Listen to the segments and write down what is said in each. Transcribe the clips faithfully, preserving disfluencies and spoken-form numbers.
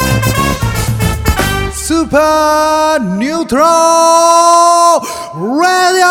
スーパーニュートラルラデ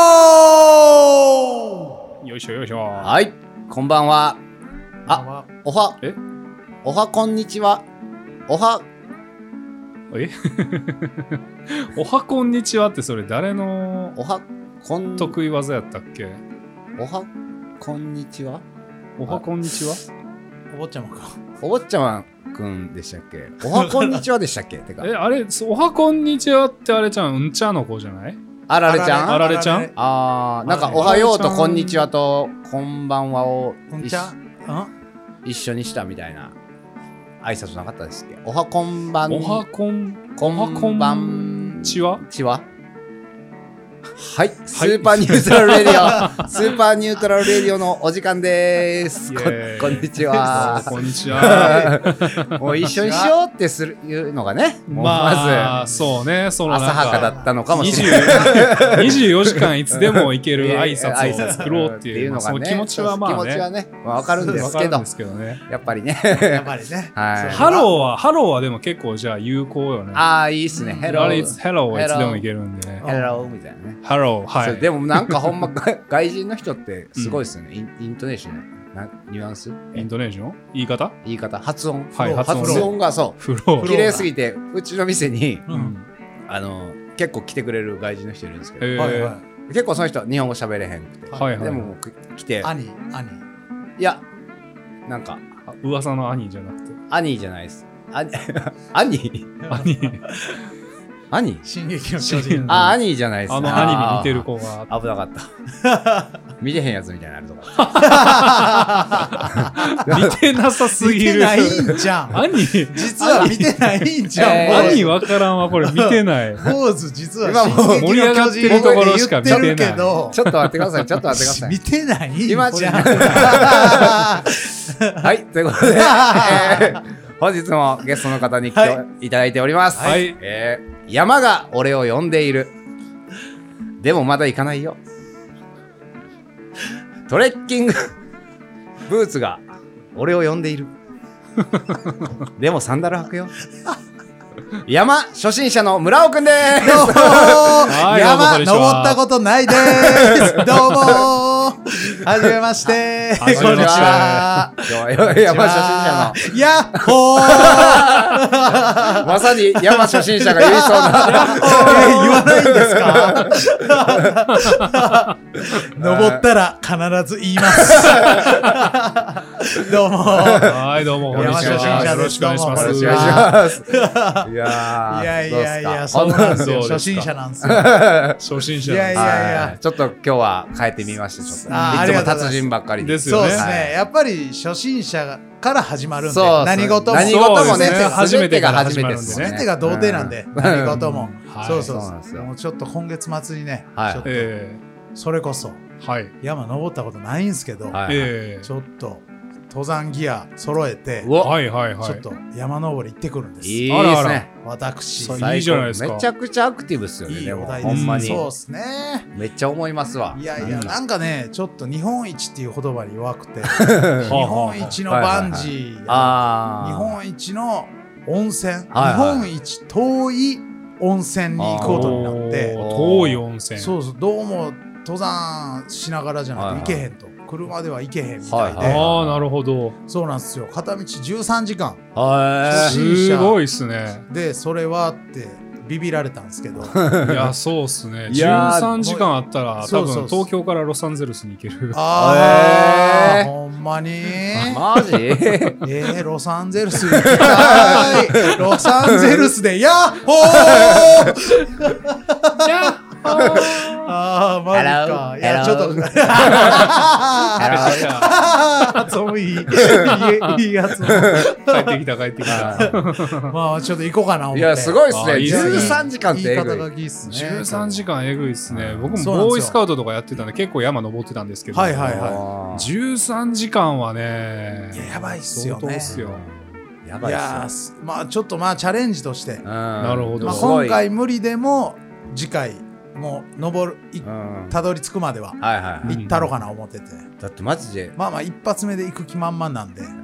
ィオ。 よいしょよいしょ。 はい、こんばんは。あ、おは、 えおはこんにちは。おは、 えおはこんにちはってそれ誰のおはこん得意技やったっけ？ おはこんにちは。 おはこんにちは。 お坊ちゃまか。 お坊ちゃまくんでしたっけ？おはこんにちはでしたっけ？てかえ、あれ、おはこんにちはってあれちゃん、うんちゃの子じゃない？ あられちゃんあられちゃん？ あー、なんかおはようとこんにちはとこんばんはをうんちゃん一緒にしたみたいな挨拶なかったですっけ？おはこんばんおはこん、 こおはこんばんんちはちははい、スーパーニュートラルレディオスーパーニュートラルレディオのお時間でーす。こイエーイこんにちは。 こんにちは。 もう一緒にしようってするいうのがね、もうままあ、そうね、そずのなんか浅はかだったのかもしれない。 にじゅうよじかんいつでも行ける挨拶を作ろうっていう、まあその気持ちはまあね、 気持ちはね、まあわかるんですけどわかるんで、すけどね。 やっぱりね。 やっぱりね。 はい。 ハローは、ハローはでも結構じゃあ有効よね。 ああ、いいっすね。ヘロあれ、 ー。 ヘローはいつでもいけるんでね。 ヘローみたいなね。 ハロー、はい。 そうでもなんかほんまが外人の人ってすごいですよね。インイントネーション、なニュアンス、 イントネーション言い方言い方、発音。 はい、 発音。 発音がそフロう。 ー。 綺麗すぎて、うちの店に、 う。 うんん。 あの、結構来てくれる外人の人いるんですけど、 えはいはー、 結構その人日本語喋れへんくて、 はいはい。 でもく来てい。、兄、兄。 いや、なんか、 あ噂の兄じゃなくて。 兄じゃないです。兄兄兄。 兄進撃の巨人。 あ、兄じゃないです。 あの兄に似てる子が。 あー危なかった。見てへんやつみたいになるとか。 似てなさすぎる。 見てないんじゃん。 兄実は見てないんじゃん。 えー兄わからんわ、これ見てない。 坊主実は今もう進撃の巨人盛り上がってるところしか見てない言ってるけど、 ちょっと待ってください、ちょっと待ってください見。てないんじ今ゃん。 はい、ということで、えー本日もゲストの方に来ていただいております。 はいえー山が俺を呼んでいる。でもまだ行かないよ。トレッキングブーツが俺を呼んでいる。でもサンダル履くよ。山初心者の村尾くんでーす。 どうもーはい山どうもこんにちは登ったことないでーす。どうもーはじめましてはじめましてこんにちは。 今日は山初心者のやっほーまさに山初心者が言いそうなえ言わないんですか登ったら必ず言います。どうもーはい、どうも、こんにちは。 山初心者ですよろしくお願いしまどうもす。 よろしくお願いします。いやーいやいやいや、 そそううなんですよ。 どうですか初心者なんですよ。 初心者いやいはやいやいちょっと今日は変えてみました。ちょっとあーあいつもりがとうございます達人ばっかりで。 ですよね。 そうですね。 はいやっぱり初心者から始まるんで、 そう何事も。 何事もねそうですね初めてが初めてです全てが童貞なんで、 うん何事も。 はいそうそうそうなんですよもうちょっと今月末にね、 はいちょっとえそれこそー、はい。 山登ったことないんですけど、 はいえーちょっと登山ギア揃えて、 うわはいはいはい。 ちょっと山登り行ってくるんです。 いいあらあらですね。 私、 そう最高いいじゃないですかめちゃくちゃアクティブっすよね。 いいでもお題ですほんまにそうですね。 めっちゃ思いますわ。 いやいや、 うんなんかね、ちょっと日本一っていう言葉に弱くて、 日日本一のバンジー、 あ日本一の温泉、 はいはい日本一遠い温泉に行くことになって、 おー遠い温泉。 そうそう、どうも登山しながらじゃないと行けへんと、車では行けへんみたいで、 はいああ、なるほど。 そうなんですよ、片道じゅうさんじかんあ。はすごいっすね。 で、それはってビビられたんですけど、 いや、そうっすね。 いやーじゅうさんじかんあったら、多そうそう分東京からロサンゼルスに行ける。 あー、 へーほんまにい。マジえー、ロサンゼルス行きたいロサンゼルスでヤッホーいやああ、マジか。 Hello? いや、 Hello? ちょっと。発音いい。いいいい発音。 帰ってきた帰ってきた。 まあ、ちょっと行こうかな思って。 いや、すごいっすあね。 いいっすねじゅうさんじかんって言い方えぐい。 がいいっすね。 じゅうさんじかんえぐいっすね。僕もそうなんですよボーイスカウトとかやってたんで結構山登ってたんですけど、 はいはいはあーじゅうさんじかんはねいや、やばいっすよね。 相当っすよ。 いやばいっやすー、まあ、ちょっとまあ、チャレンジとして。 よ。 ななるほどまあ、 すごい今回無理でも、次回、もう、登る、いうんたどり着くまでは、 はいはいはい。 行ったろかな思ってて。 だってマジで、 まあまあ、一発目で行く気満々なんで。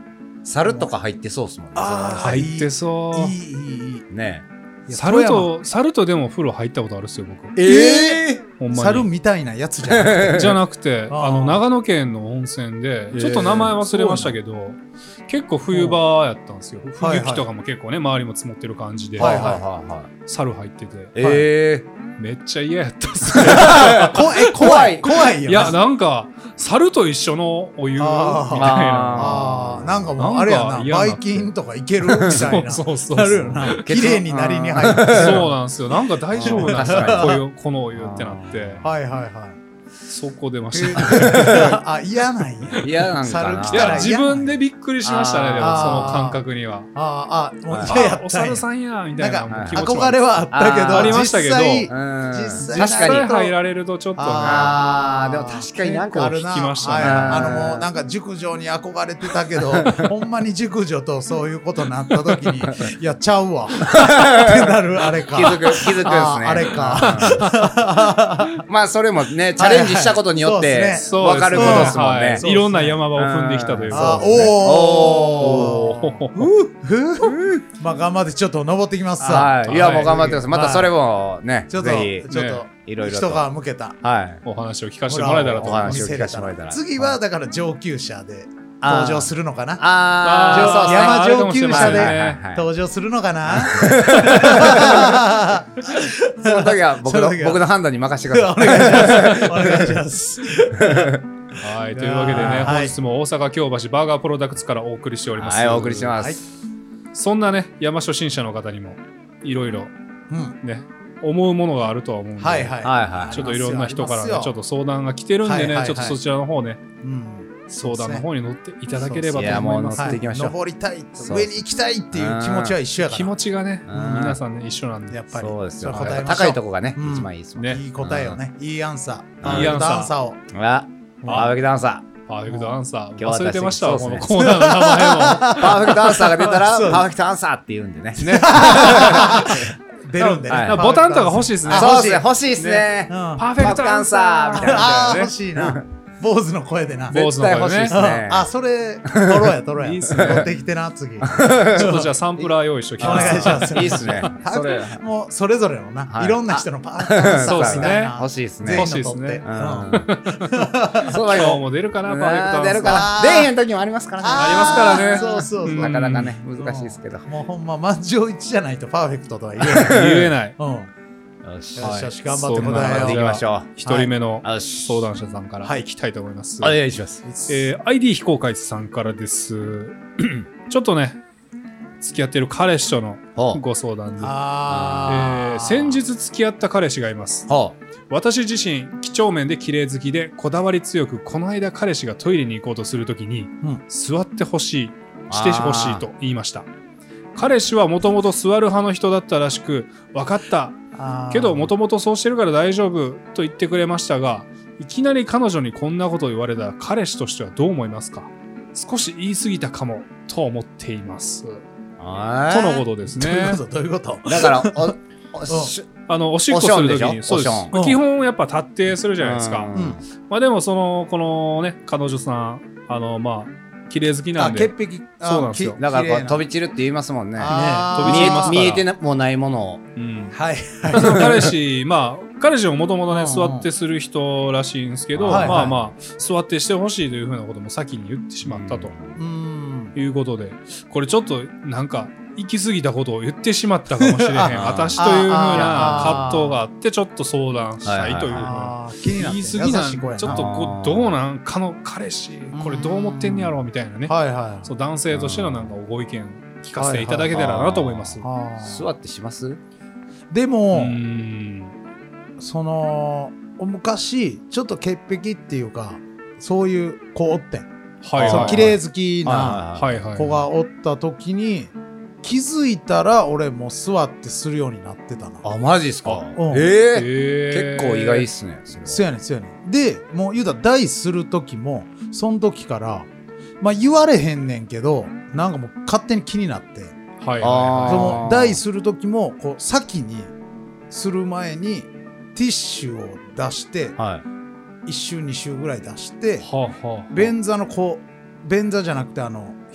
猿とか入ってそうっすもんね。 あー入ってそういいいいいいねいや猿と猿とでも風呂入ったことあるっすよ僕。 ええほんまに猿みたいなやつじゃなくてじゃなくてあーあの長野県の温泉でちょっと名前忘れましたけど、結構冬場やったんですよ。 はい雪とかも結構ね周りも積もってる感じで、 はいはいはいはい。 猿入っててえめっちゃ嫌やったっすね。 こえ怖い怖いよいやなんか猿と一緒のお湯みたいな。 あーなんかもうあれやななんか嫌なってバイキンとかいけるみたいなそうそうそうなるよな綺麗になりに入ってそうなんですよ。なんか大丈夫なんです確かかこういうこのお湯ってなってはいはいはいそこ出ましたね。 あ嫌なんやー、嫌なんかな。 猿来いやたら嫌自分でびっくりしましたね。でもそのあー感覚には。 あーあもうはい嫌やったんやあお猿さんやみたいななんもうか気持ち悪い憧れはあったけどあーありましたけど実際うん実際確かに実際入られるとちょっとね。 あーでも確かになんか結構あるな聞きましたねはいあのもうなんか熟女に憧れてたけどほんまに熟女とそういうことになった時にいやちゃうわってなるあれか気づく、気づくですね。 あーあれかうんまあそれもね、チャレンジしたことによってはいはいそう分かることですもんはいね。 そういろんな山場を踏んできたというあか。 おーおーふうまあ頑張ってちょっと登ってきますさはい。いや、もう頑張ってください。またそれもね、 ちょっとぜひ、 ちょっといろいろと。 一皮むけたはい。 お話を聞かせてもらえたらとお思います。 話を聞かせてもらえたら。 次はだから上級者であー登場するのかなああ、そうですね。 山上級者ではいはいはい登場するのかなその時は僕のその時は僕の判断に任せてくだおさい。 願いしますお願いしますはい、というわけでね、 はい本日も大阪京橋バーガープロダクツからお送りしております。 はい、お送りしてまはいす。 そんなね、山初心者の方にもいろいろうんね、思うものがあるとは思うんで、 はいはいはいはいちょっといろんな人からね、 ありますよちょっと相談が来てるんでね、 はいはいはいちょっとそちらの方ね、 うん相談の方に乗っていただければいやと思います。 もう乗っていきましょう登りたいそう上に行きたいっていう気持ちは一緒やから気持ちがね、 うん皆さんね、一緒なんで。 やっぱりそうですよ。 それ答えましょう高いとこがね、 うん一番いいですもん。 ねいい答えをねいいアンサーいいアンサーアンサーをあ、パーフェクトアンサパーフェクトアンサー。 今日は忘れてましたわ、このそうですねコーナーの名前ー。パーフェクトアンサーが出たら、パそうーフェクトアンサーって言うんでね。 も。ね。 出るんでねはいボタンとか欲しいですね。 あそうですね、欲しいですね。 うんパーフェクトアンサーみたいなねあー欲。しいな坊主の声でな坊主の声ね絶対欲しいですうんね。 あそれ取ろうや取ろうやいいっすね取ってきてな次ちょっとじゃあサンプラー用意しときおます。 願いしますいいっすね。それ、 もうそれぞれのな、 はいい、ろんな人のパーフェクトアンサーそうっすねみたいな欲しいですね。 全員の欲しいっすね取ってうん。そうだよ。 今日も出るかな、パーフェクトアンサー。 出るかな。 あー出えへん時もありますからね。 ありますからねそうそうそう、 うんなかなかね、難しいですけど。 もうほんま満場一致じゃないとパーフェクトとは言えない言えない。 うんよし。 よしよしはい頑張って答えよう頑張っていきましょう。 一人目のよし。 相談者さんからはいいきたいと思います。 お願いします。 えー アイディー 非公開さんからです。ちょっとね、付き合ってる彼氏とのほう。 ご相談で、 あーえー先日付き合った彼氏がいます。 ほ私自身、几帳面で綺麗好きで、こだわり強く、この間彼氏がトイレに行こうとするときに、 うん座ってほしい、してほしいと言いました。彼氏はもともと座る派の人だったらしく、分かった。 あーけど、もともとそうしてるから大丈夫と言ってくれましたが、いきなり彼女にこんなことを言われたら彼氏としてはどう思いますか？少し言い過ぎたかもと思っています。 う。 とのことですねどういうこ。とどういうことだから、お、おしあの、おしっこするときに、 おしょんでしょそうですおしょん。 基本やっぱ立ってするじゃないですか。 うんうんまあでもその、このね、彼女さん、あの、まあ、綺麗好きなんあで、 潔癖あそうなんですよきだからこう綺麗な飛び散るって言いますもんね。 あーね飛び散りますから見え見えてなもないものを。 うん。 はいその彼氏、まあ、彼氏ももともとね、 うんうん座ってする人らしいんですけど、 はいはいまあまあ、座ってしてほしいというふうなことも先に言ってしまったとうんいうことで、これちょっとなんか、行き過ぎたことを言ってしまったかもしれへん。 あー私というふうなあー葛藤があって、ちょっと相談したいというふうな。 あー気になって言い過ぎなん優しい子やなちょっとこうどうなんかの彼氏これどう思ってんねやろみたいなね、 はいはいそう男性としてのなんかご意見聞かせていただけたらなと思います。 あー座ってしますうでも、 ーんその昔ちょっと潔癖っていうかそういう子おってん、 はいはいその綺麗好きなはいはい子がおった時に気づいたら俺もう座ってするようになってたな。 あ、マジっすか。 うんええ。 えー結構意外っすね。それはそやねんそやねん。でもう言うたら大する時もその時からまあ言われへんねんけどなんかもう勝手に気になってはいあーはいその大する時もこう先にする前にティッシュを出してはい。 いっ週に週ぐらい出してはあはあ便座のこう便座じゃなくてあのひ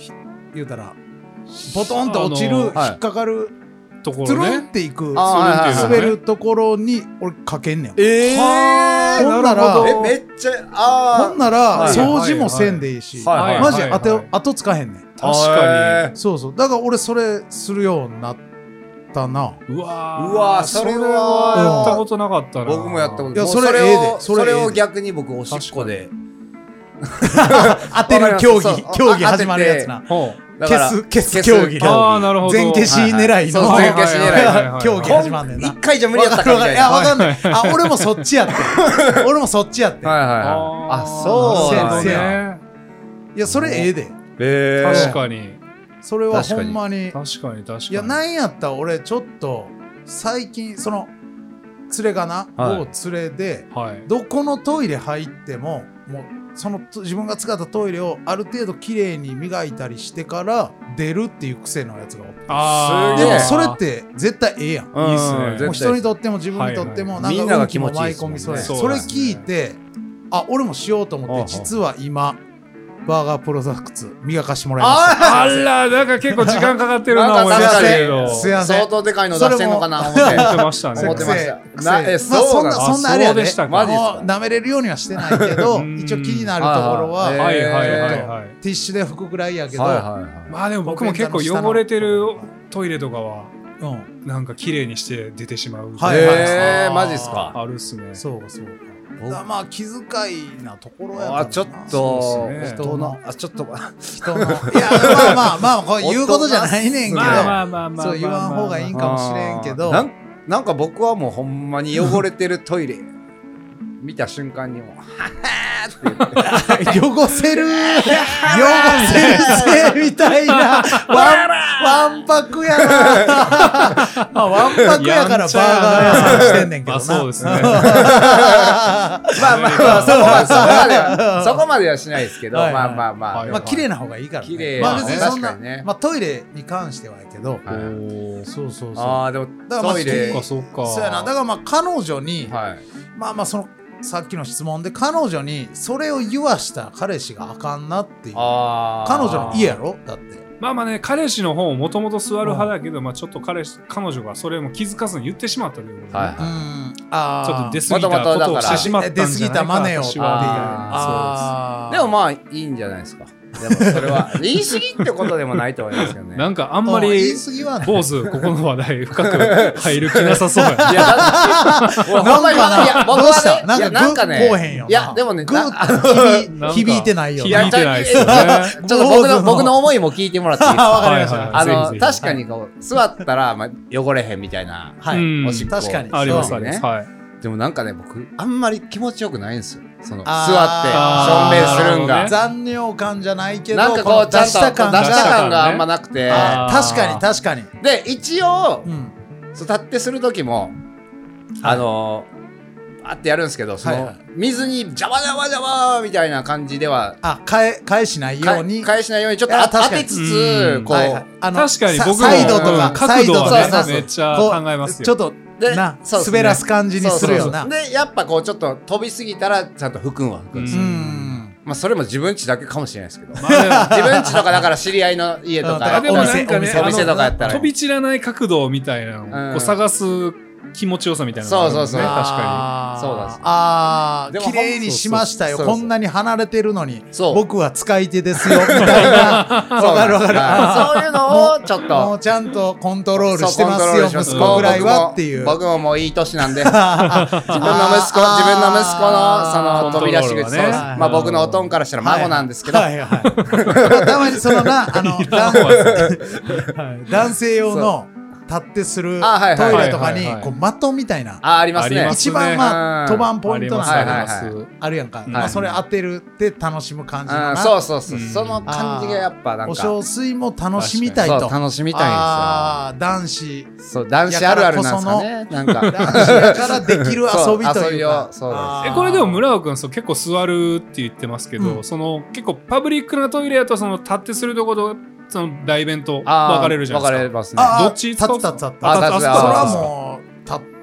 言うたらポトンと落ちる、 あのはい引っかかる、 とこつるんっろね。 ていくあーはいはいはい滑るところに俺かけんねん。 えはーほんならなるほどえめっちゃあほんならはい掃除もせんでいいし、 はいはいマジではい後後つかへんねん。 確かそうそう。だから俺それするようになったな。 に。うわーうわーそれはやったことなかったな。 僕もやったこといやもうそれええでをそれそれええでを逆に僕おしっこで当てる競技わかります、 競技始まるやつな。 ほう。 だから消す、消す競技消すああ、なるほど。 全消し狙いのそう全消し狙いはいはいはい競技始まんねんな。 一回じゃ無理やったかみたいいや、 なわかんない。あ、俺もそっちやって。俺もそっちやって。 はいはいはいあそうななんせややいや、それええで。 えー確かに。 それはほ確かにんまに。 確かに確かに。 いや、なんやったら俺ちょっと、最近、その、連れがな、 はい某連れで、 はい。 どこのトイレ入っても、もう、その自分が使ったトイレをある程度きれいに磨いたりしてから出るっていう癖のやつがおって。 あーすげえでもそれって絶対ええやん。 うんいいっすね絶対もう人にとっても自分にとっても、 はいなんかみんなが気運気も舞い持ちいいですもんね込みそうやんそうそれですね聞いて、あ、俺もしようと思っああて、実は今、バーガープロダクツ磨かしてもらいました。 あら、なんか結構時間かかってるな、 なんか思いましたけど。 すいません相当でかいの出してんのかな思って言ってましたね。 思ってました癖なえ癖まあそんな、 そうなんそんなあれやで。 そうでしたかマジっすかもう舐めれるようにはしてないけどうん、 一応気になるところは、 はいはいはいはいちょっはい。 ティッシュで拭くぐらいやけど、 はいはいはいまあでも僕も結構汚れてるトイレとかは、 うん。 なんか綺麗にして出てしまう。 はいはいえーあーマジっすかあるっすね。 そうそう。だからまあ気遣いなところやからなあちょっとそうっすね人のあちょっと人のいやまあまあまあこれ言うことじゃないねんけど、 まあまあまあまあ。 そう言わん方がいいんかもしれんけど、 なんなんか僕はもうほんまに汚れてるトイレ見た瞬間にもうははーって言って汚せる汚せるせみたいなワンワンパクやなまあワンパクやからバーガー屋さんしてんねんけどなあ、そうですね。 まあまあまあそこまでそこまではそこまではしないですけどはいはいまあまあまあはいまあ綺麗な方がいいからね綺麗まあ別にそんな、 確かにねまあトイレに関してはやけど、 はいおーそうそうそうああでもだからまあトイレそっかそっか。 そうやなだからまあ彼女に、 はいまあまあそのさっきの質問で彼女にそれを言わした彼氏があかんなっていうああ彼女の家やろだってまあまあね、彼氏の方ももともと座る派だけど、まあちょっと彼氏、彼女がそれも気づかずに言ってしまったということで、 はいうんあーちょっと出過ぎたことをしてしまったんじゃないか出過ぎたマネをっていう私はあーでもまあいいんじゃないですかでもそれは言い過ぎってことでもないと思いますけどねなんかあんま言りい過ぎはない坊主ここの話題深く入る気なさそうやいや、だって、俺ほんまに、いなんかなや、僕どうしたはね、いや、 なんかなんかね、 グッこうへんよないや、でもね、 グなあのッなんか響いてないよな響いてないですよね。 ちょっと僕の、僕の思いも聞いてもらっていいですかわかりましたはいはいあの、 ぜひぜひ確かにこう、座ったら、まあ、汚れへんみたいな、 はい、 うんおしっこ。 確かにありますそうあります。 ねはい。 でもなんかね、僕、あんまり気持ちよくないんですよ。その、座って、 あーしょんべんするんが。 残尿感じゃないけどなんかこう、ちゃんと、出出した感がした感があんまなくて。 あー確かに確かにで、一応う、んそう立ってする時も、あのー、あってやるんですけど、その、 はいはい水にジャバジャバジャバみたいな感じでは、 あ返返しないように返しないようにちょっといやあ確かに当てつうつん、 こう、 はいはいあの確かに僕もササイドとかうん角度はサイドとかそうそうそうねめっちゃこう考えますよ。 ちょっとでなそうですね滑らす感じにするよなそうそうそうで、やっぱこうちょっと飛びすぎたら、ちゃんと拭くんは拭くんですうよ。 んまあそれも自分家だけかもしれないですけど。 まあでも自分家とかだから知り合いの家とうんか、 あでもなんかねお店お店とかやったら。 飛び散らない角度みたいなのをこうんう探す気持ちよさみたいなのがあるんですね。 そうそうそう確かあーそうなんですあーでも綺麗にしましたよそうそうそうこんなに離れてるのにそう僕は使い手ですよみたいなわかるわかるあーそういうのをちょっもとう。ちゃんとコントロールそうしてますよコントロールします息子ぐらいはっていう僕も僕ももういい年なんで。自分の息子、 あ自分の息子のその飛び出し口、 コントロールがねそうまあ僕のおとんからしたら孫なんですけど、 はいはいはいたまにそのなあの男はい男性用の立ってするあはいはいトイレとかにはいはいはいこう的みたいなあ、ありますねありま。す一番まあうん飛ばんポイントなんありかますあります。 あるやんか、 いまあ、それ当てるって楽しむ感じのうん、 なそうそうそう、 うんその感じがやっぱなんおか、 小水も楽しみたいとそう楽しみたいんあー男子ですよ。そう、男子あるあるなんですかね。なんか、 男子やからできる遊びとそう遊びいうかをそうですあーえこれでも村尾君そう結構座るって言ってますけど、 うんその結構パブリックなトイレやとその立ってするところとその大便とあー分かれるじゃないですか。 分かれますね。 あーどっち使う立つ立つ立つあ立つそれはもう立っ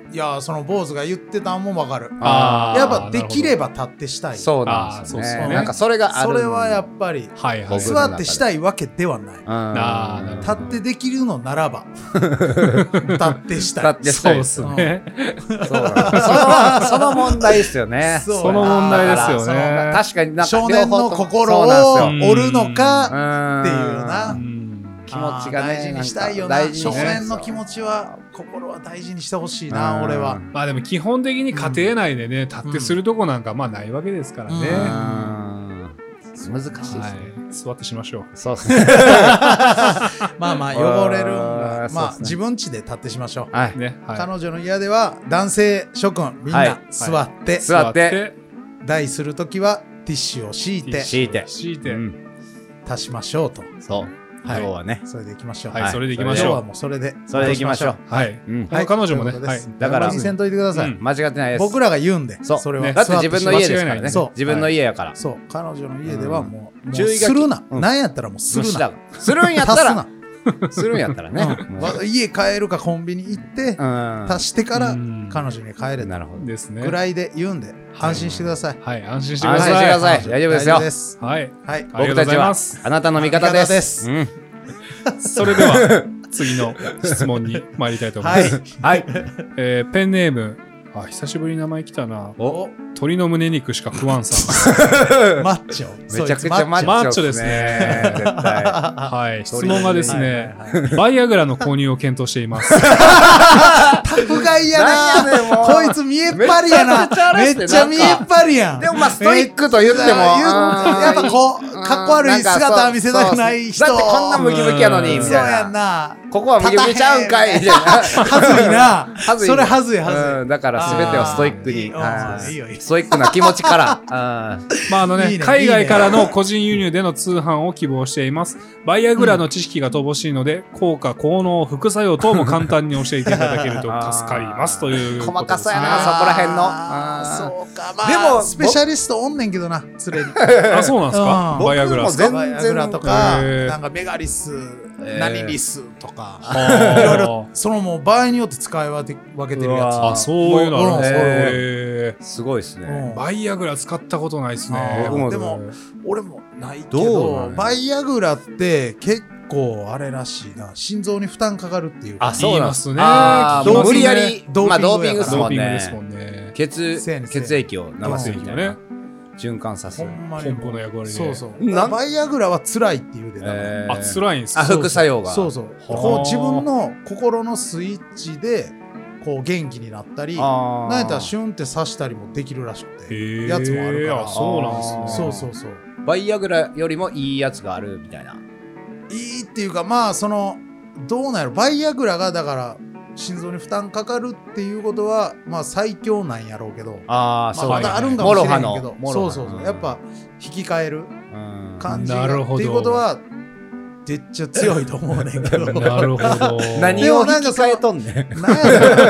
いやその坊主が言ってたんもわかる。 あやっぱできれば立ってしたい。 そうなんですよあーそうっすよねね。なんかそれがある。 それはやっぱりはいはい。 僕座ってしたいわけではない。 あーなるほど立ってできるのならば立ってしたい。 立ってしたいそうっすね。 そうなんですそのその問題ですよね。 そうその問題ですよだからね。 確かになんか少年の心そうなんですよを折るのかうんっていうなうん気持ちがねあー大事にしたいよな。 なんか大事にね少年の気持ちは心は大事にしてほしいな俺は。 まあでも基本的に家庭内でね、立ってするとこなんかまあないわけですからね。 うんうん難しいですね。 はい。座ってしましょう。 そうですね。 まあまあ汚れるんあがまあーそうっすね自分家で立ってしましょう。 はい。 ね。はい。 彼女の家では男性諸君みんはない座って座って台するときはティッシュを敷いて敷いて。 敷いて。 うん足しましょうと。 そう。今はい日はね。 それでいきましょう。 はい、 はいそれでいきまし今日はょう。 もうそれで。 それでいきましょう。 はい。 うんこの彼女もね、はいということです。 だから無理にせんといてください。 うん間違ってないです。 僕らが言うんで、 そうそれは。 ねだって自分の家ですからね。 間違いないねそう自分の家やから。 そう、彼女の家ではもう、もう注意書きするな。 うんなんやったらもうするな。 するんやったら足すな。 するんやったらね。もうわ家帰るかコンビニ行って、 うん足してからうん彼女に帰れたなるほど。 ですね。 ぐらいで言うんで、安心してください。 はい、安心してく安ださい。 心してください。大丈夫ですよ大丈夫。です。 はい。 はい。 ありがとうございます。 あなたの味方で。 味方ですすうんそれでは、次の質問に参りたいと思いまはいす。。 はい。 えーペンネーム、あ、久しぶりに名前来たな。 お鶏の胸肉しか食わんさマッチョ。 めちゃくちゃマッチョマッチョですね絶対。 ん。はい。質問がですね、 はいはいバイアグラの購入を検討しています。 タフガイやなんやねんもうなこいつ見えっ張りやなめちゃくちゃあれっすねめっちゃ見えっ張りやん。 でもまあストイックと言っても。 言うやっぱこう、かっこ悪い姿見せたくない人。 だってこんなムキムキやのに、みそうたいな。 やんな。 ここはムキムキちゃうんかいみたいな。 はずいな。 はずいそれはずいはずい。 うん、だから全てはストイックに。 あーはいいいよいいよストイックな気持ちから。 まああのねいいね海外からの個人輸入での通販を希望しています。バイアグラの知識が乏しいので、効果、効能、副作用等も簡単に教えていただけると助かりますということですね。 細かさやなそこら辺のあーそうか。まあ、 でもスペシャリストおんねんけどな、連れに。 あ、そうなんですかうんバイアグラですか僕も全バイアグラとか、 へーなんかメガリス、 ー何リスとか、 あーいろいろ、そのもう場合によって使い分け分けてるやうわあ、そういうのあるんですねうんへー。 すごいですつ。 ね。 うんバイアグラ使ったことないですあね。 ー僕もでも、俺もないけどうなどの、 バイアグラって結構あれらしいな、心臓に負担かかるっていうか。 あ、そうなん言いますねあー聞きますねもう無理やり、 ドーピングまあドーピングですドもんーピングですもね。 んね。 血せやねんせやねん血液を流すみたいねな。循環させほる。 んまにもう。 ポンプの役割で。 そうそう。 なんバイアグラは辛いって言うてたから。 えーあ、辛いんですあ、 か副作用が。 そうそう。こう自分の心のスイッチで、こう元気になったり、 あーなんやったらシュンって刺したりもできるらしくへて、 ーやつもあるから。 あそうなんですね。 そうそうそう。 バイアグラよりもいいやつがあるみたいな。 いいっていうか、まあ、その、どうなんやろ、バイアグラがだから、心臓に負担かかるっていうことは、まあ最強なんやろうけど、 ああ、 まあ、 そうまだあるんかもしれないけど、 モロハのそうそうそう。やっぱ、引き換えるうん感じなるほどがっていうことは、めっちゃ強いと思うねんけど。 なるほど。 何を引き換えとんねん。 なん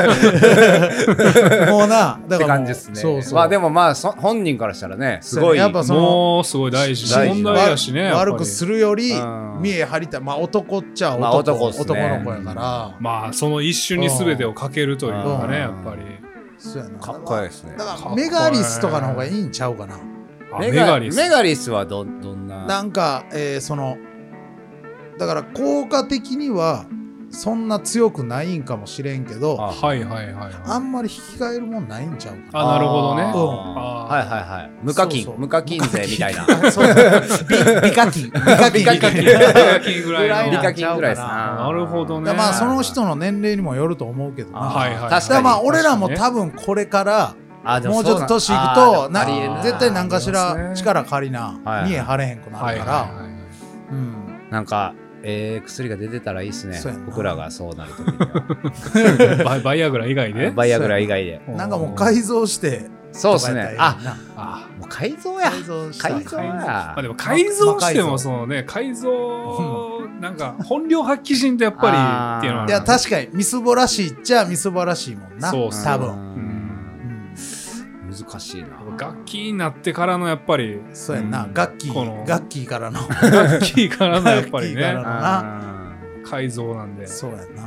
やろもうな、だってからもう感じですね。 そうそう。 まあでもまあそ本人からしたらね、すごい。 やっぱその、 もうすごい大事。 大事問題だしね。やっぱり悪くするよりうん見え張りたい、まあ男っちゃ男,、 まあ男っすね男の子やから、 まあその一瞬に全てをかけるというかうんね、やっぱり。 そうやな。 かっこいいですね。 だからメガリスとかの方がいいんちゃうかな。 あメガリス。 メガリス。 メガリスはど、どんな。 なんか、えーそのだから効果的にはそんな強くないんかもしれんけど、 あはいはいはいあはい。 んまり引き換えるもんないんちゃうかな。 あ、なるほどね。 あーあーはいはいはい。無課金そう。そう無課金税みたいな。 あそう美美課金美課金美課金美課金ぐらいの。 美課金ぐらいですな。 なるほどね。 だからまあその人の年齢にもよると思うけどな。 あーはいはい確かに。 だからまあ俺らも確か多分これからあでもうちょっと年いくそうとななんあーでもありえるな絶対何かしありますねら力借りなはい見え張れへんくなはいるからはいはいはい。 うんなんか、えー、薬が出てたらいいっすねそうやな。 僕らがそうなるときには。 バイバイアグラ以外でバイアグラ以外で。 なんかもう改造してそうっすね。あ、 ああもう改造や。 改造した改造や。 まあでも改造してもそのね改造なんか本領発揮しんとやっぱりっていうのはあるいや確かにみすぼらしいっちゃみすぼらしいもんなそうっす多分うんうん難しいな。 楽器になってからのやっぱりそうやんなうんガッキこのーガッキーからの楽器からのやっぱりね楽器からあ改造なんでそうやんな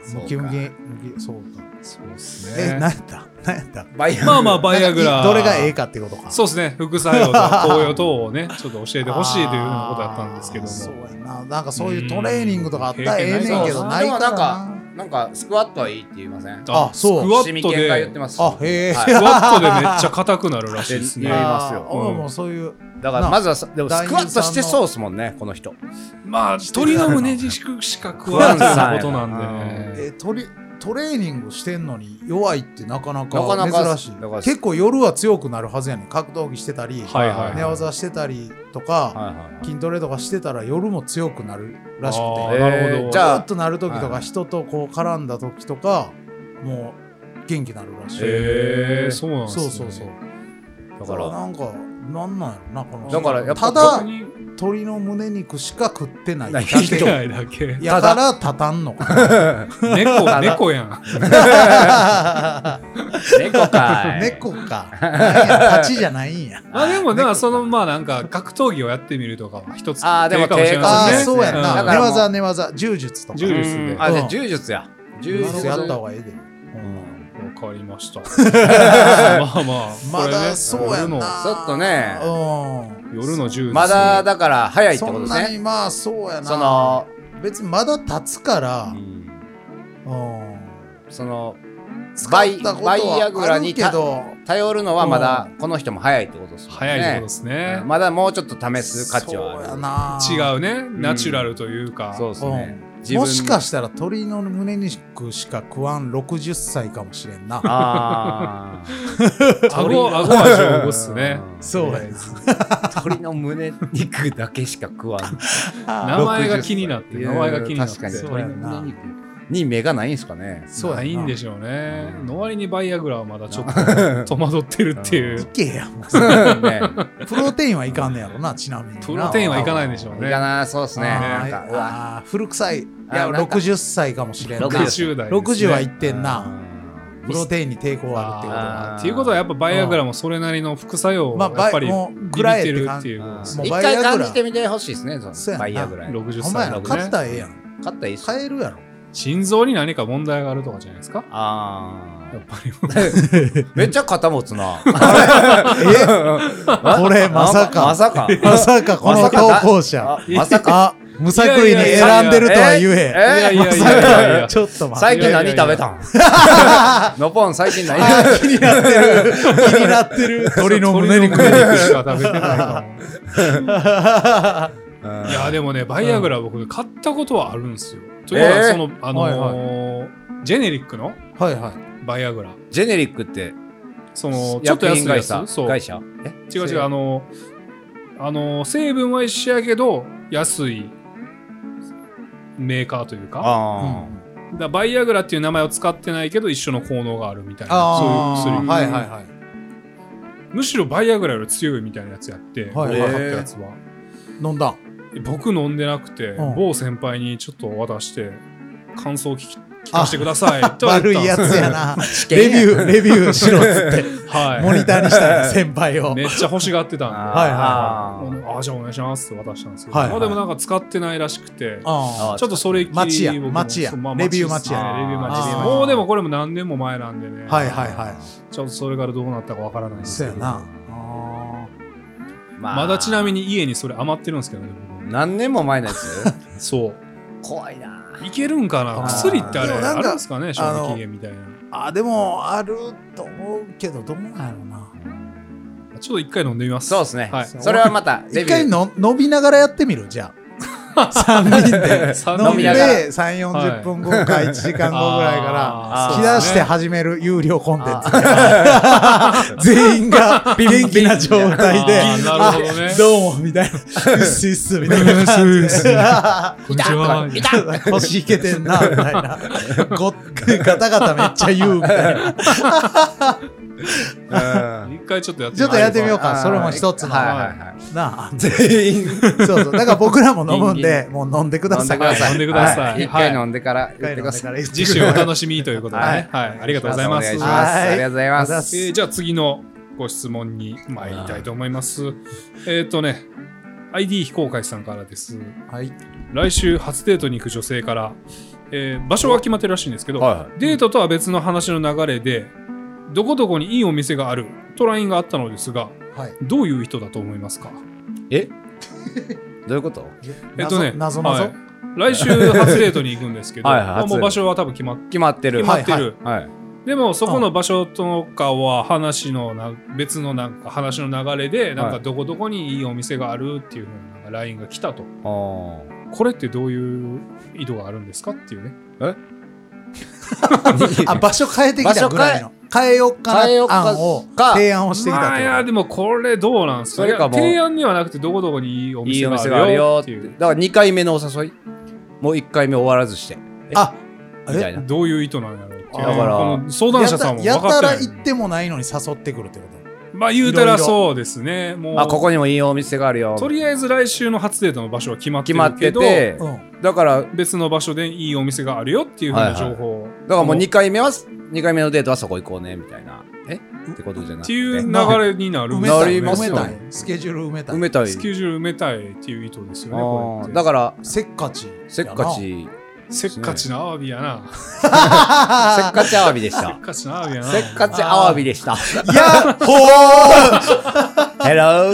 ムキムキムキそうかそうですえね。 何やった何やったバイアまあまあ、バイアグラ。 どれがええかってことかそうですね。副作用とか効用等をね、ちょっと教えてほしいというようなことだったんですけども。 そうやななんかそういうトレーニングとかあったらええねんけどそうないからでもなんかななんかスクワットはいいって言いません？ あそうスクワットシミケンが言ってで、 ます。 あへえはいスクワットでめっちゃ硬くなるらしいですね言い。ますよあー俺もそういうだからまずはさでもスクワットしてそうですもんねこの人。 まあ、鳥の胸肉しか食わんということなんでね。 えトレトレーニングしてんのに弱いってなかなかなかなか珍しいだから結構夜は強くなるはずやねん格闘技してたり、 はいはい寝技してたりとか、 はいはい。 筋トレとかしてたら夜も強くなるらしくあーてなるほどえーじゃあずっとなる時とか、 はい人とこう絡んだ時とかもう元気になるらしい、 へえ、そうなんですね。 そうそうそうだからなんかなんなんやろなこのだからやっぱただ逆に鶏の胸肉しか食ってないだないけ食ってないだけ。 やから立たんのかな猫、猫やん。 猫かい。 猫かなんや立ちじゃないんやまあでも、だからその、まあなんか、格闘技をやってみるとかは一つあーでも手かもしれあませんね。 あそうやんんな寝だからもう技寝技柔術とか柔術で。 あでうん柔術や。柔柔術術やった方がええで、 わかりました。まあまあ、 まこれねだそうやんなちょっとねうん夜の柔術。 まだだから早いってことですそんなにね。 まあそうやなその別にまだ経つからう、んうん、 その使バイったことバイアグはあるラにたけど頼るのはまだこの人も早いってことですもんね。 早いってことですねうん。まだもうちょっと試す価値はそうやある。 な違うね。ナチュラルというか。 そうですね。 うん、もしかしたら鶏の胸肉しか食わんろくじゅっさいかもしれんなあ顎、顎は丈夫っすね。 そうやあ鳥の胸肉だけしか食わん。 名前が気になって、名前が気になって。 確かにそう鳥の胸肉に目がないんすかね。 そうやないんでししょうね。の割にバイアグラはまだちょっと戸惑ってるってい。 いうけやもねうプロテインはいかんねやろなちなみになプロテインはいかないんでしょうね。 いかなそうですね。 あなんかうわーあー古臭いいやあなんかろくじゅっさいかもしれんなろくじゅう代ですね。 ろくじゅうはいってんなうんプロテインに抵抗あるってことはあーっていうことはやっぱバイアグラもそれなりの副作用をまあやっぱりバイもうビビぐらいってるって感じっていうことですもう一バイアグラ回感じてみてほしいですね。そそうやなのバイアぐらい。 ろくじゅっほんまやな歳のね買ったらええやん買ったらいいっす。 買えるやろ心臓に何か問題があるとかじゃないですか。 あやっぱりあ。めっちゃ肩持つな。 えこれまさかまさか。 まさかこの投稿者あまさか。 あ無作為に選んでるとは言ええいやいやいまさやいやいやかちょっと待って最近何食べたんのぽん最近何あー気になってる気になってる鶏の胸肉鶏の胸肉しか食べてないかも。いやでもねバイアグラ僕買ったことはあるんですよ。というのはえーそのあのはいージェネリックのはいはいバイアグラ。 ジェネリックってそのちょっと安いやつ。そう。 会社え違う違う、あの、あの、成分は一緒やけど、安いメーカーというか、 あだからバイアグラっていう名前を使ってないけど、一緒の効能があるみたいな、 あそういう薬。 ーはいはいはいむしろバイアグラより強いみたいなやつやって、 はい僕が買ったやつは。 飲んだん僕飲んでなくて、 うん某先輩にちょっと渡して、感想を聞き聞かせてくださいとは悪いや言ったんですつやな験やレビューレビューしろっつってはい。 モニターにしたんや先輩をめっちゃ欲しがってたんで。 あはいあああ、じゃあお願いしますって渡したんですけど、 はいはいまあでもなんか使ってないらしくて、 あちょっとそれっきり待ちや僕も待ちやそうまあレビュー待ちやですねレビュー待ちですあーもうでもこれも何年も前なんでね、 あはいはいはいちょっとそれからどうなったかわからないんですけどそうやなあままだちなみにに家にそれ余ってるんですけどね僕何年も前のやつそう怖いないけるんかなあー薬ってあれでもなんかあるんですかね賞味期限みたいなーあでもあると思うけどどうなんやろうなちょっと一回飲んでみますそうですねはいそれはまたレ一ビュー回の飲みながらやってみるじゃあさんにんで三飲ん飲みながらでさんじゅう、よんじゅっぷんごかいちじかんごぐらいからあー引き出して始める有料コンテンツ全員が元気な状態であーなるほどねあどうもみたいなうっすいっすみたいな感じでこんにちは腰いけてんなみたいなごガタガタめっちゃ言うみたいなうん一回ちょっとやってちょっとやってみようあーかそれも一つのはいはいはいなあ全員そうそうだから僕らも飲むんでもう飲んでください飲んでください飲んでくださいは一回飲んでから言ってください次週お楽しみということでねはいありがとうございますお願いしますはいありがとうございまありがとうございますすえーじゃあ次のご質問に参りたいと思います。えっ、とね、アイディー 非公開さんからです。 はい来週初デートに行く女性から、 えー場所は決まってるらしいんですけど、 はいはいデートとは別の話の流れでどこどこにいいお店があると ライン があったのですが、 はい。 どういう人だと思いますか？ えどういうこと？ えっとね、 謎謎はい来週初デートに行くんですけど、 はいはいまあもう場所は多分決まっ決まってる。 決まってる。 はい。 でもそこの場所とかは話のな別のなんか話の流れでなんかどこどこにいいお店があるっていう風ななんか ライン が来たと。 あーこれってどういう意図があるんですかっていうね。 あ、場所変えてきたぐらいの。変えよっかな変えよっか案をか提案をしてきたまあいやってこでもこれどうなんですか？ それかもういや提案にはなくてどこどこにいいおいいお店があ店があるるよよってて。 っいう。 だからにかいめのお誘いもういっかいめ終わらずして。 とあ、 みたいな。 どういう意図なんやろうっていう。 だからこの相談者さんもやたやたら分かってない。 行ってもないのに誘ってくるってことまあ言うたらそうですね。もうあ、ここにもいいお店があるよ。 とりあえず来週の初デートの場所は決まって決まっるけど、 てて、 うん。 だから、だ別の場所でいいお店があるよっていうふうな情報を、 からもうにかいめは、にかいめのデートはそこ行こうね、みたいな。えってことじゃなくっていう流れになる埋めたい。 なりますよ埋めたい。スケジュール埋めたい。 埋めたい。 スケジュール埋めたいっていう意図ですよね。 あこれってーだから、 せっかち。 せっか。ち、 せっかちなアワビやな。 せっかちアワビでしたせっ。かちなアワビやな。 せっかちアワビでした。 やっほーヘロー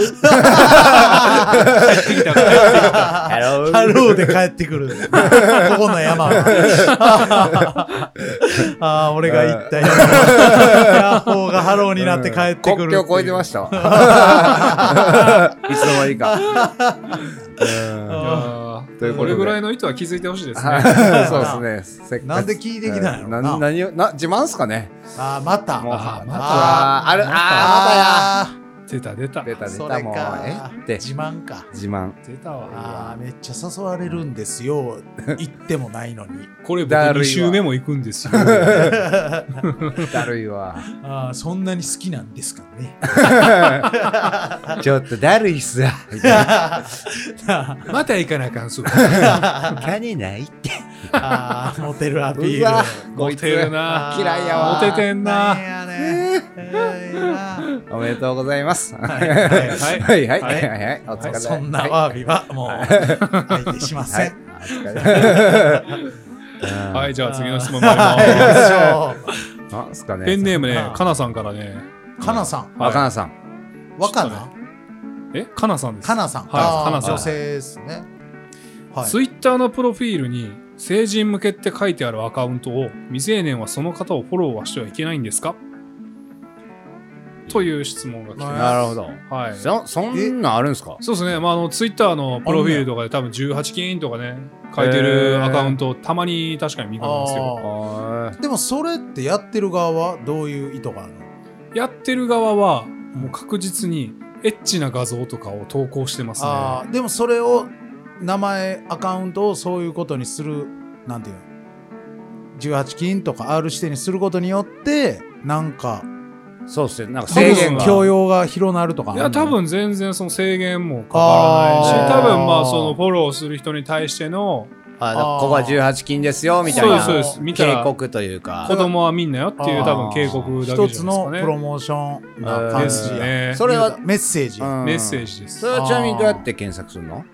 帰ってきたからヘローハローで帰ってくる。ここの山は。ああ、俺が行った山は。ヤッホーがハローになって帰ってくる。 国境越えてましたわ。いつの間にか。うんいやーということでこれぐらいの意図は気づいてほしいですね。 はいそうですね。せっかちなんで聞いてきたんやろなな何を、な、自慢っすかね。 ああ、また。 もうあまたあーある、あー、 出た出た。 またや。出た出そた、もう。 れか。 えって。 自慢か。 自慢。 出たわ。 ああ、めっちゃ誘われるんですよ。行ってもないのに。 これ僕だるいわに週目も行くんですよ。 だるいわ。 ああ、そんなに好きなんですかね。 ちょっとだるいっすわ。みたいなまた行かなあかんすぐ。 金ないって。 ああ、モテるアピール。 うわ、 モこいつテるな。 嫌いやわ。 モテてんななんやね。ええなおめでとうございます。はいはいはいはいはいはいはいはい。お疲れ様。 そんなはいアワビはもう相手しませはいん。。 お疲れはい、じゃあ次の質問参ります。 なんすかね。 ペンネームねあ、 かなさんからね。 かなさん。 あ、かなさん。 若菜ちょっとねえかなさんです。 かなさん。 はいあーかなさん女性ですね。はい。 ツイッターのプロフィールに成人向けって書いてあるアカウントを未成年はその方をフォローはしてはいけないんですかという質問が来てます。 なるほど。 はい。 そ、そんなんあるんすか？ そうですね。まあ、あの、ツイッターのプロフィールとかで多分じゅうはちきんとかね、書いてるアカウントをたまに確かに見かけますよ。 あでもそれってやってる側はどういう意図があるの？ やってる側は、もう確実にエッチな画像とかを投稿してますね。 ああ、でもそれを名前アカウントをそういうことにする、なんていうの、じゅうはちきんとか R 指定にすることによってなんかーそうっすね。なんか制限制限が。 強要が広なるとかあいや、 るの多分全然その制限もかからないし、 あー多分まあそのフォローする人に対してのあ、だからここはじゅうはちきんですよ、みたいな。 そうですそうです見たら警告というか。 子供はみんなよっていうあー多分警告だけじゃない一ですかつのね。 プロモーションな感でじや。 すね。 それはメッセージ。 うんメッセージですそ。れはちなみにどうやって検索するの？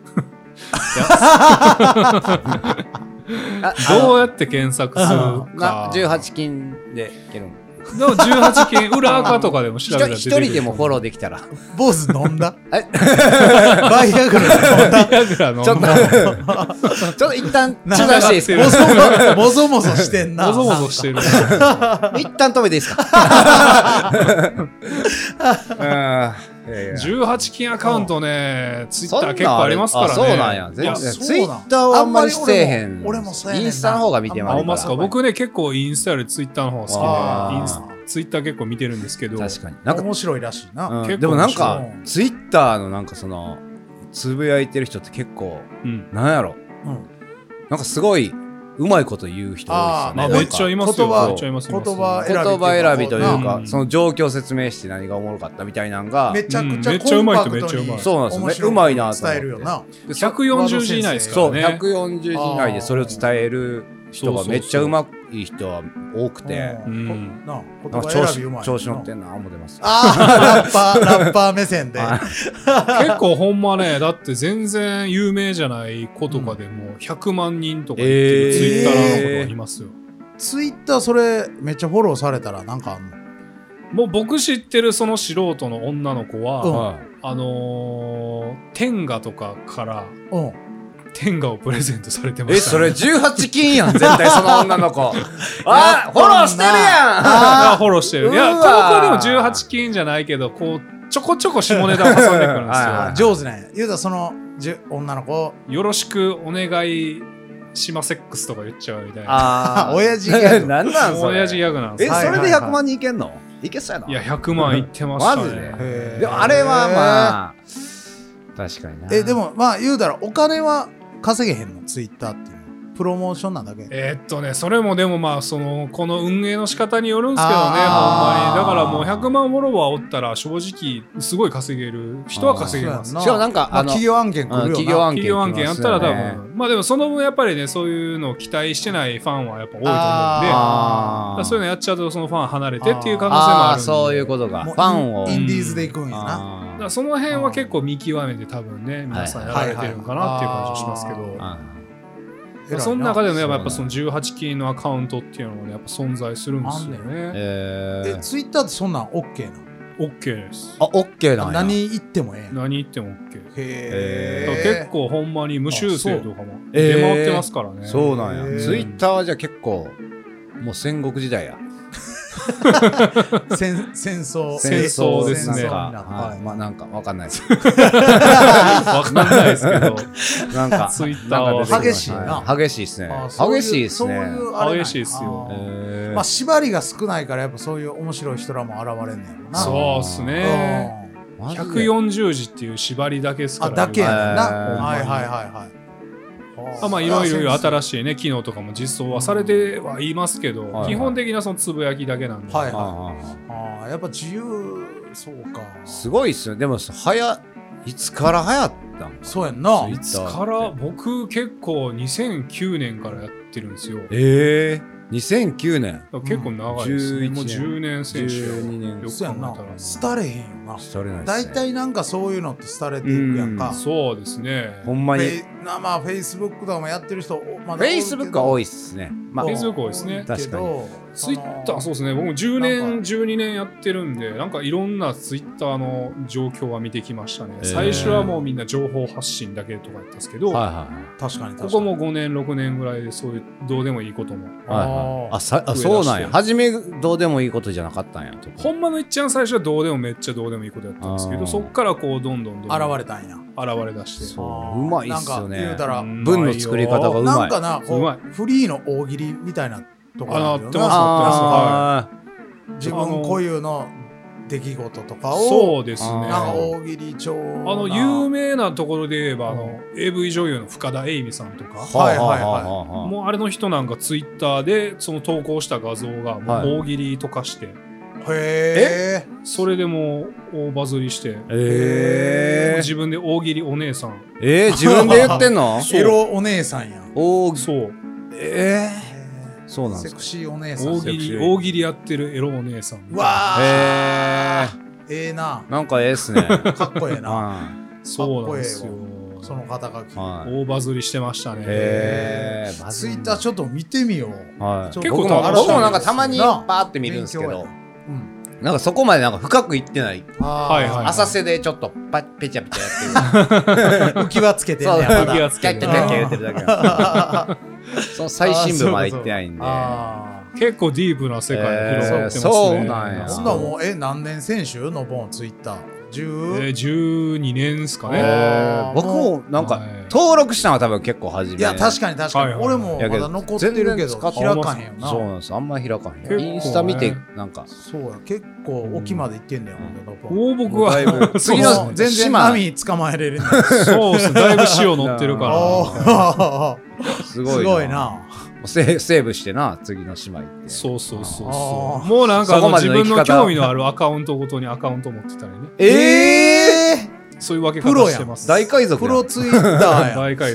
あどうやって検索するなか。 じゅうはちきんでいけるの？ でもじゅうはちきん裏垢とかでも調べたら出一てくる。 人でもフォローできたら。 坊主飲んだえバイアグラ飲んだビアグラのちょっと、ちょっと一旦中断していいですボゾボゾモゾしてんな。 ボゾボゾしてる。 か？一旦止めていいですか？うんいやいやじゅうはちきんアカウントね、ツイッタそんなんー結構ありますからね。 あそうなんや。 いや全然。 そうツイッターはあんまりせえへん。 俺もそうやねんなインスタの方が見てまあ、 すほんまっすか。僕ね、結構インスタよりツイッターの方が好きで、インスあツイッター結構見てるんですけど、 確かに。なんか、 面白いらしいな。 うん結構でもなんか面白いツイッターのなんかそのつぶやいてる人って結構うん。 なんやろうんなんかすごいうまいこと言う人多いあーまあ、 ですよね。 めっちゃいますよ。 言葉めっちゃいます言います葉選び言葉選びというか、 うんその状況説明して何がおもろかったみたいなのがめちゃくちゃうんめっちゃうまい人コンパクトにめっちゃうまいそうなんですよね面白くうまいなと思って伝えるよな。 ひゃくよんじゅうじ以内ですかそうらね。 ひゃくよんじゅうじ以内でそれを伝える人がめっちゃうまいい人は多くて、 うんなあ言なんか調子葉選びうまい調子乗ってんんな思ってます。 ああラッパーラッパー目線で結構ほんまね、だって全然有名じゃない子とかでもひゃくまん人とか言ってるツイッターの子がいますよ。 ツイッターそれめっちゃフォローされたらなんかあんの？ もう僕知ってるその素人の女の子は、 うんはいあのー、天下とかからうん天下をプレゼントされてまえ、 した、ね。 それじゅうはち金やん、絶対その女の子。あ、フォローしてるやん。 あフォローしてる。いや、 うわこの子はでもじゅうはち金じゃんじゃないけど、こう、ちょこちょこ下ネタを挟んでくるんですよ。 はい上手なんや。言うたらそのじゅ女の子よろしくお願いしまセックスとか言っちゃうみたいな。 あー親父ギャグなんなんそれ。 親父ギャグなんですえ、 よ。 はいそれでひゃくまん人いけんの？いけそうやな。 いや、ひゃくまんいってましたね。 マジでへーでもあれはまあ、確かにな。 えでもまあ言うたらお金は稼げへんのツイッターっていうのプロモーションなんだけ。 えーっとね、それもでもまあ、その、この運営の仕方によるんですけどね、ほんあーまに。だからもうひゃくまんフォロワーおったら、正直、すごい稼げる人は稼げます。 そうやしかもなんかまああの企業案件来るよな。 うん企業案件企業案件やったら多来ますよね分、まあでもその分やっぱりね、そういうのを期待してないファンはやっぱ多いと思うんで、 あーだからそういうのやっちゃうとそのファン離れてっていう可能性もああー、 るんで。 そういうことか。 もうファンを。 インディーズで行くんやな。 だからその辺は結構見極めて多分ね、皆さんやられてるのかなっていう感じがしますけど。 はいあ偉いなその中でもやっぱそうなんそのじゅうはち金のアカウントっていうのがね、やっぱ存在するんですよーね。 えーえツイッターってそんなん OK なの？ OK です。 あ、オッケーなんや。 何言ってもええやん。 何言っても OK。だからへえ。 結構ほんまに無修正とかもえー出回ってますからね。 そうなんや。 へーツイッターはじゃあ結構、もう戦国時代や。 戦戦争戦争ですね戦争になったはい。まあなんかわかんないです。 わかんないですけど。 なんか、 ツイッターはなんか出てきま激しいなはい激しいっすねあ。そうう激しいっすね。 そういうあれなんや激しいっすよあーえーまあ縛りが少ないからやっぱそういう面白い人らも現れんねやろな。 そうっすね。 マジでひゃくよんじゅう字っていう縛りだけですから。 あだけやねんな。 えーはいはいはいはい。 あまあいろいろ新ししいね、機能とかも実装はされてはいますけど、 はいはい基本的なそのつぶやきだけなんで。 はいあああやっぱ自由そうか。 ーすごいっすね。でも、はや、いつから流行ったんそうやんな。 ツイッいつから僕結構にせんきゅうねんからやってるんですよ。だかええー、にせんきゅうねん。 ら結構長いですね。 うんもうじゅうねん選手じゅうにねんよくそうやんな考えたら。。 廃れへんよな。 それないっすね大体なんかそういうのって廃れていくやんか。 そうですね。 ほんまに。 フェイなまあフェイスブックとかもやってる人おまフェイスブックは多いいっすね。まあ、 Facebook 多いですね確かにツイッター、そうですね。僕もじゅうねん、じゅうにねんやってるんで、なんかいろんなツイッターの状況は見てきましたね。 えー最初はもうみんな情報発信だけとかやったんですけど、 はいは確かに確かに。 ここもごねん、ろくねんぐらいでそういうどうでもいいことも。 いはい。はいはい、 ああさあ、 増えだしてそうなんや。初めどうでもいいことじゃなかったんや。とほんまのいっちゃん最初はどうでもめっちゃどうでもいいことやったんですけど、 あーそっからこうどんどんどんどん現れたんや。 現れ出して。 そうあーうまいっすよねなんか言うたら、 うん文の作り方がうまい。 なんかな、こうまうフリーの大喜利みたいなところあるよな。 あなってますあ自分固有の出来事とかを、 そうですね。 あーなんか大喜利調あの有名なところで言えば、あの エーブイ 女優の深田栄美さんとか、 ーはいはいはいはもうあれの人なんかツイッターでその投稿した画像がもう大喜利とかして、 へえ。 それでもう大バズりして、 えー、 自分で大喜利お姉さん、 えー、自分で言ってんのそうエロお姉さんやん。 おーそう、 えー、そうなんですか。 セクシーお姉さん。 大喜利、 セクシー大喜利やってるエロお姉さん。 うわーえええな。 ー、なんかええっすね。 かっこええな。 はそうなんですよ。 その肩書きい。。はい。 大バズりしてましたね。 へー、 ツイッターちょっと見てみよう。 はい、 ちょっと結構僕も楽しい僕もなんかたまになパーって見るんですけど勉強やな、うん。 なんかそこまでなんか深くいってない。 はいはい浅瀬でちょっとパッペチャペチャやってる。 浮き輪つけてんねそう、 やまだ浮き輪つけてキャッキャッキャッキャ言ってるだけなんですその最新部まで行ってないんで。 あ結構ディープな世界が広がってますね。 えーそうなんやあ。ほんならもう、え、何年選手のボンツイッター。じゅうえー、じゅうにねんですかね。 えー僕もなんかはい登録したのは多分結構初め。 いや、確かに確かに。 はいはい俺もまだ残ってるけど、開かへんよな。 そうなんです。あんまり開かへん。 結構ねインスタ見て、なんか。 そうや、結構沖まで行ってんねん、ほんともう僕はだいぶ次次のの全然島波捕まえれるねん。 そうっす。だいぶ潮乗ってるかおら。 ーすごいな。 すごいな。 セーセーブしてな、次の姉妹って。 そうそうそうあそう。 ーもうなんかあそこまの自分での生き方の興味のあるアカウントごとにアカウント持ってたりね。 えええそういう分けプロやん方してます。 大海賊やん。 プロツイッターや。 大海賊。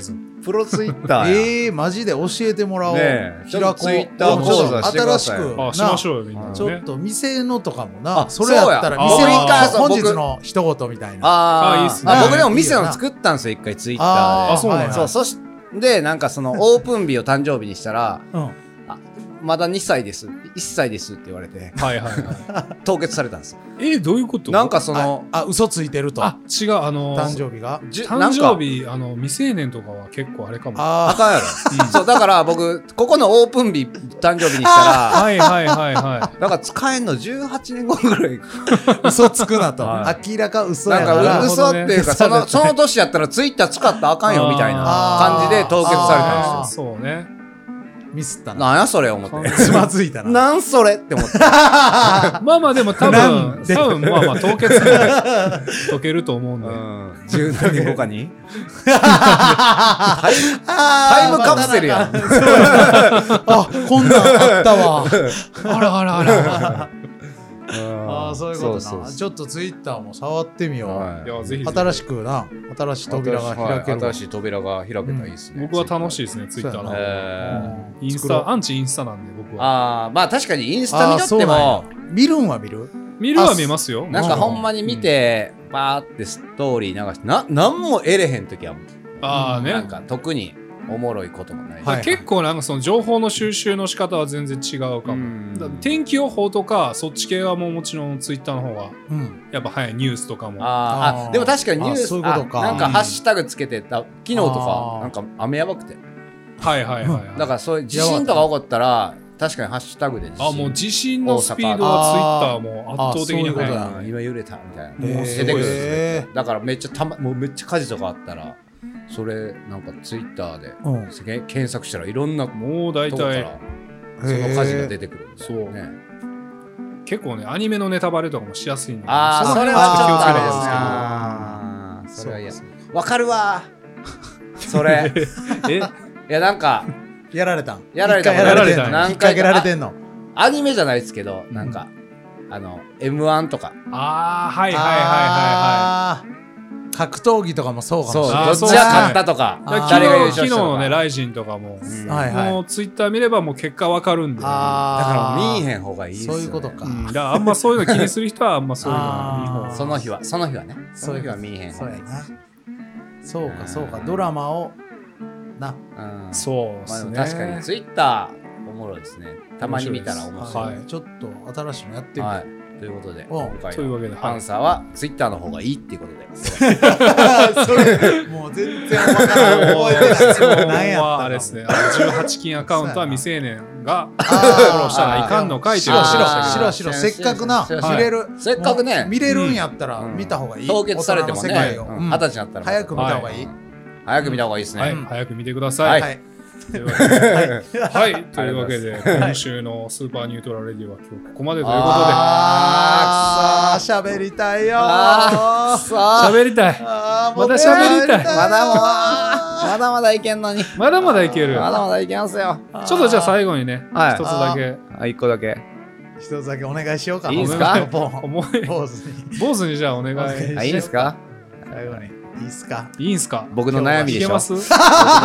プロツイッターや。 ええー、マジで教えてもらおう。 ねえ平子ツイッター講座してくださいよ。 新しくあしましょうよみんなちょっね。 と店のとかもな、 あそれやったらそうや店のあそう僕本日の一言みたいな。 あーあいいっすねあ僕でも店の作ったんですよ、一回ツイッターで。 あそうなんやそう、そしで、なんかそのオープン日を誕生日にしたら、 うん。 まだにさいです、いっさいですって言われて、 はいはいはい。 凍結されたんですよ。 えー、どういうこと？ なんかその、 あ、嘘ついてると。 あ違うあの誕生日が。 じゅ誕生日あの未成年とかは結構あれかも。 ああかんやろ。そう、だから僕、ここのオープン日誕生日にしたら、 はいはいはいはだから使えんのじゅうはちねんごぐらい。 あ、嘘つくなと。 は明らか嘘なんやから。 か嘘っていうか、その、そのの年やったらツイッター使ったらあかんよみたいなあー感じで凍結されたんですよ。 あーそうね。 ミスったな。 なんやそれ思って。 つまずいたな。 なんそれって思って。 まあまあでも多なんで分多分まあまあ凍結で解けると思うんで。 うん。じゅうなんねんごかにタイムタイムカプセルやん。 あ、こんなんあったわ。 あらあらあら。 ああ、そういうことな。 そうそうそうちょっとツイッターも触ってみよう。 はいいやぜひぜひ新しくな、新しい扉が開けるわ。 新しい扉が開けたらいいですね。 僕は楽しいですねツイッターのそうや。 えうんインス作ろうタアンチインスタなんで僕ー、 は。 あーまあ確かにインスタ見あーとってそうなんやも、 見るんは見る見るは見ますよ。 なんかほんまに見て、バーってストーリー流して、な、なんも得れへんときは、 ああね。 なんか特におもろいこともない。 はい結構なんかその情報の収集の仕方は全然違うかうも。 んだから天気予報とかそっち系はもうもちろんツイッターの方がうん。 やっぱ早いニュースとかも。 あーあ、 あーでも確かにニューあス、 そういうことかあなんかハッシュタグつけてた、昨日とあか、 ーなんか雨やばくて。 はいはいはいはい。 だからそういう地震とか起こったら、確かにハッシュタグで地震。 あもう地震のスピードはツイッターも圧倒的にあーそういうことだ速い。 今揺れたみたいな。 もう出てくるんですへよ。だからめっちゃたま、もうめっちゃ火事とかあったら、それなんかツイッターでうん。 け検索したらいろんなもう大とこから体その火事が出てくるんだよそうね。 結構ねアニメのネタバレとかもしやすいんで。 ああ、 の辺それはちょっとあれですね。 気をつけてほしいですけどあーそれは嫌そうかわかるわー。それ。 えいやなんか、 やられたんやられた一回やられてんのやられたん何回か引っ掛けられてんのアニメじゃないですけど、なんか、あの、エムワン とか。 ああはいはいはいはいはあー格闘技とかもそうかそう、 もしれない。 あーどっちが勝ったとかあーい。 誰が優昨日昨日勝したとか。 のねライジンとかも、 うんはいはいもうツイッター見ればもう結果わかるんで。 あだからー見えへん方がいいですよね。 そういうことかうんだからあんまそういうの気にする人はあんまそういうのはいい方あーその日は、その日はね。その日はそういうこと見えへん方がいい。 そうやな。そうかそうか。ドラマを、な。 うんそうですね。 まあでも確かにツイッターおもろいですね。たまに見たら面白い。 はいちょっと新しいのやってみる。 はい。ということで、 お今回のというわけで、はいアンサーはツイッターの方がいいっていうことで。 それ、もう全然わからん。覚えてない。 質問何やったのはあれですね、あのじゅうはち金アカウントは未成年があフォローしたらいかんのかいという白白話でしたけど白白せっかくな白白見れるせっかくねもう見れるんやったらうん見た方がいい凍結されてもね、 大人の世界をうんうん二十歳になったら。 早く見た方がいい早く見た方がいいですはい、 ね。 早く見てください。 はいはいというわけで、はい、というわけで、今週のスーパーニュートラルレディは今日ここまでということで、 あー喋りたいよあーくそー喋りたい。 あーまだ喋りたいまだもう、まだまだいけんのに。 まだまだいける。 まだまだいけますよ。 ちょっとじゃあ最後にね、 はい一つだけ、 あ、一個だけ。 一つだけお願いしようかいいですかボン思い、 坊主に坊主にじゃあお願い。 あ、いいですか最後にいいっすかいいんすか僕の悩みでしょ。 いけます僕の悩み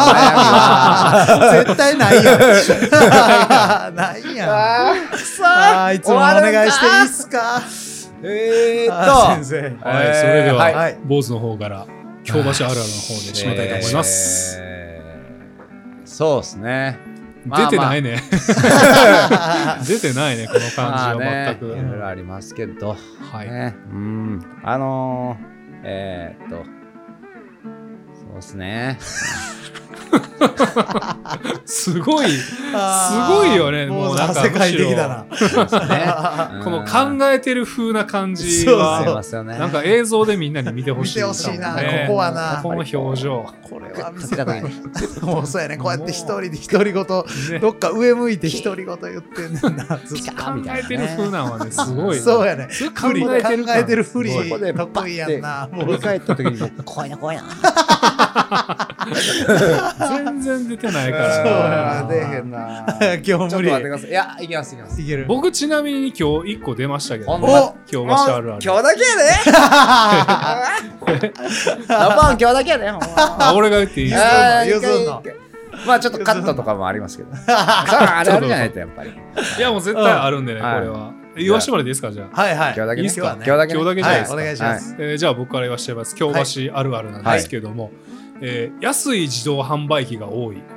は。 絶対ないやんないやんあー、くそあーいつもお願いしていいっすかえーあーっと。 先生はい、それでは、 はい坊主の方から、京橋あるあるの方で締めたいと思います。 えーそうですね。 出てないね。 ね。出てないね、この感じは全く。 いろいろありますけど。 はい。 ね、うん。あのー、えー、っと、そうですね。 すごい、すあーごいよね。もうなんか世界的だなそうですね。 この考えてる風な感じそうありは、 ますよね。 なんか映像でみんなに見てほしい。 見てほしいなねここはなこの表情。 これは見せたいねもうそうやねこうやって一人で独り言ねどっか上向いて独り言言ってんねんなずっと考えてる風なんはね、すごい。 そうやねそれ考ふり考えてる感えてるふりここで得意やんなもう振り返った時に僕怖いな怖いな。 全然出てないかそうらやな。 出えへんな。 今日ちょっと無理待ってください。いや、いきますいきます。 いける僕ちなみに今日いっこ出ましたけど、 ほんまお京橋あるある。 今日だけやで。 ノポン今日だけやでほんまあ、俺が言っていいですか？ あー譲んの一回一回まあちょっとカットとかもありますけどそれはあれあるじゃないとやっぱりいや、もう絶対あるんでね、こうんれは。言わしてもらっていいですか、じゃあ。 はいはい。 今日だけねいいっすか今日だけね今日だけじゃないですか。 はいお願いしますえーじゃあ僕から言わせてます。京橋あるあるなんですけれども、えー安い自動販売機が多い。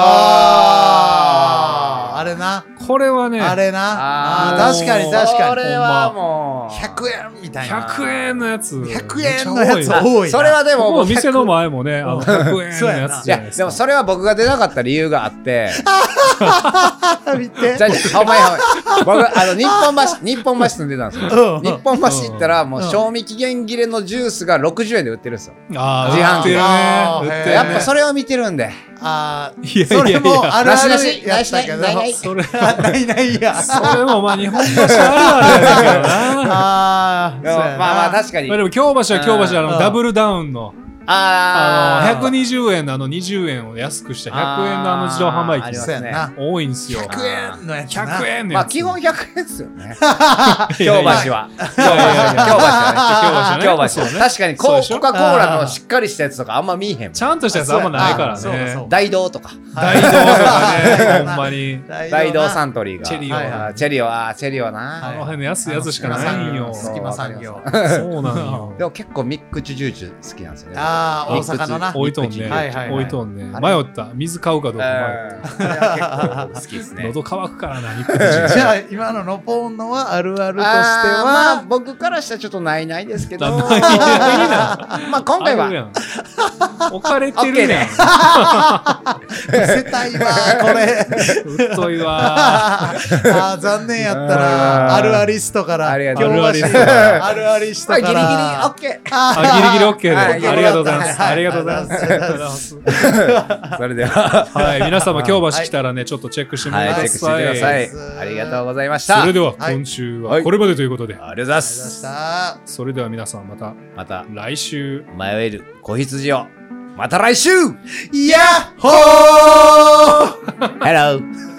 あー、あれな。 これはね、 あれな。あー、 あー確かに確かに。 これはもうひゃくえんみたいな。 ひゃくえんのやつ。 ひゃくえんのやつ多いな。 それはでももう店の前もね、あのひゃくえんのやついやじゃないですか。 でもそれは僕が出なかった理由があって見て。 じゃあじゃあほんまにほんまに僕あの日本橋日本橋住んでたんですようん日本橋行ったらもう賞味期限切れのジュースがろくじゅうえんで売ってるんですよあ自販機あ、売ってるねあー。 売ってるね。 やっぱそれを見てるんであいやいー、それやいやもあるあなしるやったけど。 ないないないないそれ、 あないないや。 それもまあ日本橋あるあるやねんけどな。 あー、 でもまあまあ確かにまあでも京橋は京橋であうんのダブルダウンのああのひゃくにじゅうえんのあのにじゅうえんを安くしたひゃくえんのあの自動販売機ありますそうやんな。 多いんすよ。 ひゃくえんのやつな。 ひゃくえんのやつ。 まあ基本ひゃくえんですよねい京やいや橋はいやいやいや京橋はね京橋ね京橋そうね確かにコそうでしょコカ・コーラのしっかりしたやつとかあんま見えへんちゃんとしたやつあんまないからねそうやなそう。 大道とか大道とかね、ほんまに。 大道サントリーがチェリオはいはいあーチェリオあーチェリオあなの辺の安いやつしかないんよ。 そう隙間産業。 そうなんよ。 でも結構ミックチュジュージュ好きなんですよねあー、大阪のな。 置いとんね。 はいはいはい置いとんね。 あれ迷った。水買うかどうか迷った。 それは結構好きですね喉乾くからな、日本人。 じゃあ、今のノポンのはあるあるとしてあーまあは、 僕からしたらちょっとないないですけどなないないなまあ今回はあるやん置かれてるやん。 見せたいわ、これ。 うっといわ。 あー、残念やったな。あるあリストから。 ありがとう京橋あるあリストからあるあリストから。 まあギリギリオッケーあ、ギリギリ OK はいで。ありがとうございます。 はいありがとうございます。ありがとうございます。 それでははい、皆様、京橋来たらね、ちょっとチェックしてみてはいくだチェックしてください。 さいありがとうございましたそれでは、 はい今週はこれまでということで、 ありがとうございまありがとうございますした。 それでは皆さん、またまた来週。 迷える子羊をまた来週やっほー Hello